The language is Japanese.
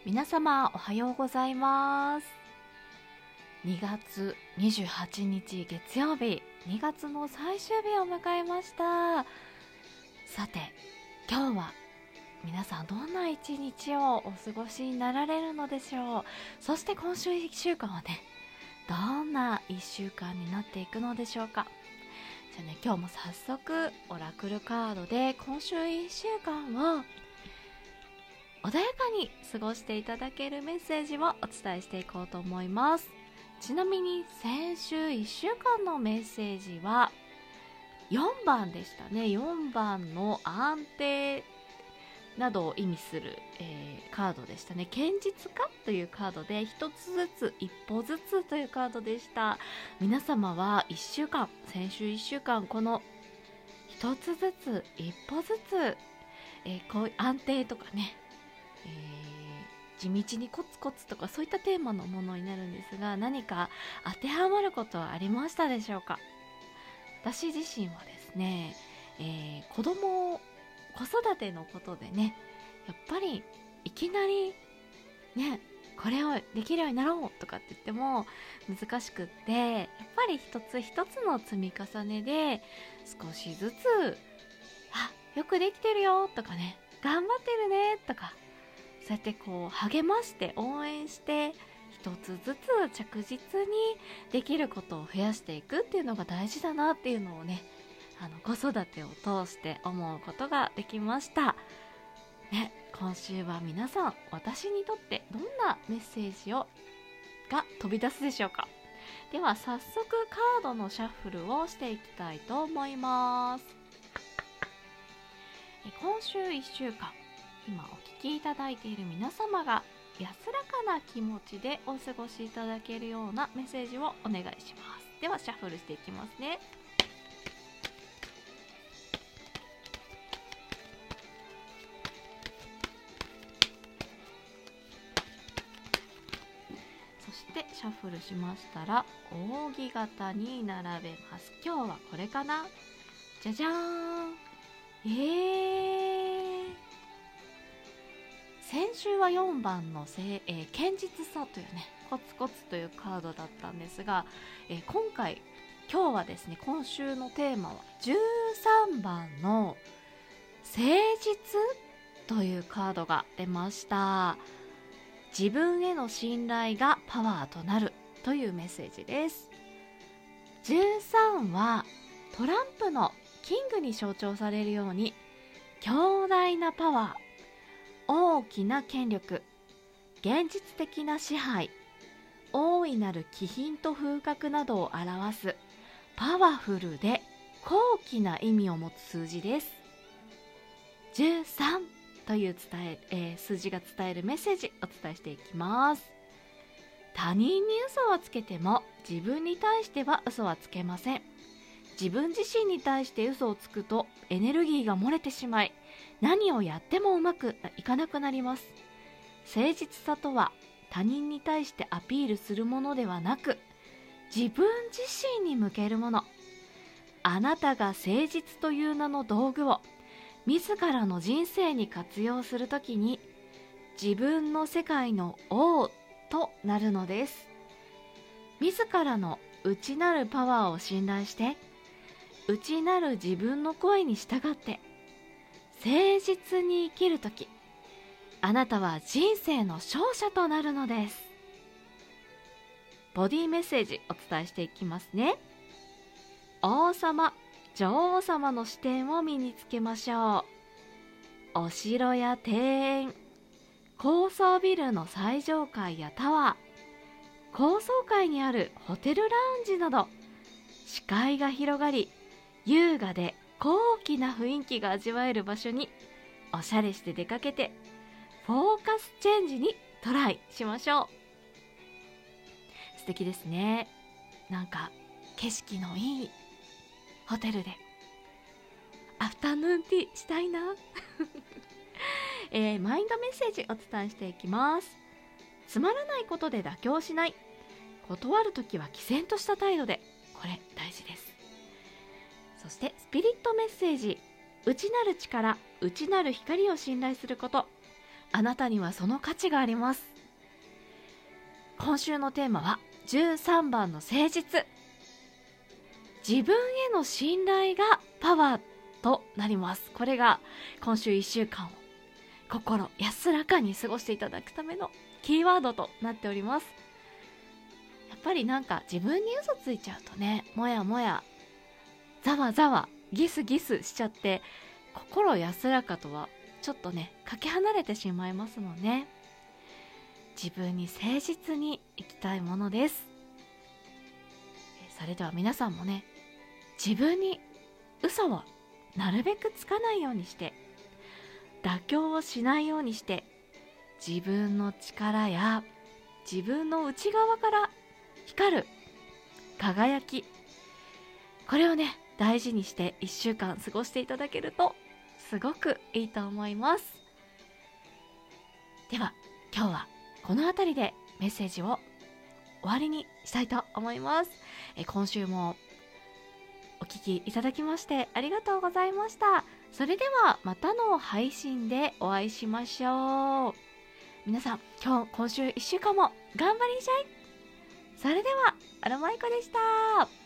皆様おはようございます。2月28日月曜日、2月の最終日を迎えました。さて、今日は皆さんどんな一日をお過ごしになられるのでしょう。そして今週1週間はね、どんな1週間になっていくのでしょうか。じゃあね、今日も早速オラクルカードで今週1週間を穏やかに過ごしていただけるメッセージをお伝えしていこうと思います。ちなみに先週1週間のメッセージは4番でしたね。4番の安定などを意味する、カードでしたね。堅実かというカードで、一つずつ一歩ずつというカードでした。皆様は1週間、先週1週間、この一つずつ一歩ずつ、こういう安定とかね、地道にコツコツとか、そういったテーマのものになるんですが、何か当てはまることはありましたでしょうか。私自身はですね、子育てのことでね、やっぱりいきなりね、これをできるようになろうとかって言っても難しくって、やっぱり一つ一つの積み重ねで少しずつ、よくできてるよとかね、頑張ってるねとか、そうやってこう励まして応援して一つずつ着実にできることを増やしていくっていうのが大事だなっていうのをね、子育てを通して思うことができましたね。今週は皆さん、私にとってどんなメッセージが飛び出すでしょうか。では早速カードのシャッフルをしていきたいと思います。今週1週間、今お聞きいただいている皆様が安らかな気持ちでお過ごしいただけるようなメッセージをお願いします。ではシャッフルしていきますね。そしてシャッフルしましたら扇形に並べます。今日はこれかな。じゃじゃーん。先週は4番の堅実さというね、コツコツというカードだったんですが、今日はですね、今週のテーマは13番の誠実というカードが出ました。自分への信頼がパワーとなるというメッセージです。13はトランプのキングに象徴されるように、強大なパワー、大きな権力、現実的な支配、大いなる気品と風格などを表すパワフルで高貴な意味を持つ数字です。13という数字が伝えるメッセージ、お伝えしていきます。他人に嘘はつけても自分に対しては嘘はつけません。自分自身に対して嘘をつくとエネルギーが漏れてしまい、何をやってもうまくいかなくなります。誠実さとは他人に対してアピールするものではなく、自分自身に向けるもの。あなたが誠実という名の道具を自らの人生に活用するときに、自分の世界の王となるのです。自らの内なるパワーを信頼して、内なる自分の声に従って誠実に生きるとき、あなたは人生の勝者となるのです。ボディメッセージお伝えしていきますね。王様、女王様の視点を身につけましょう。お城や庭園、高層ビルの最上階やタワー、高層階にあるホテルラウンジなど、視界が広がり優雅で高貴な雰囲気が味わえる場所におしゃれして出かけて、フォーカスチェンジにトライしましょう。素敵ですね。なんか景色のいいホテルでアフタヌーンティーしたいなマインドメッセージお伝えしていきます。つまらないことで妥協しない、断るときは毅然とした態度で、これ大事です。そしてスピリットメッセージ、内なる力、内なる光を信頼すること、 あなたにはその価値があります。今週のテーマは13番の誠実。自分への信頼がパワーとなります。これが今週1週間を心安らかに過ごしていただくためのキーワードとなっております。やっぱりなんか自分に嘘ついちゃうとね、もやもやざわざわギスギスしちゃって、心安らかとはちょっとねかけ離れてしまいますので、自分に誠実に生きたいものです。それでは皆さんもね、自分に嘘をなるべくつかないようにして、妥協をしないようにして、自分の力や自分の内側から光る輝き、これをね大事にして1週間過ごしていただけるとすごくいいと思います。では今日はこの辺りでメッセージを終わりにしたいと思います。今週もお聞きいただきましてありがとうございました。それではまたの配信でお会いしましょう。皆さん今週1週間も頑張りんしゃい。それではアロマイコでした。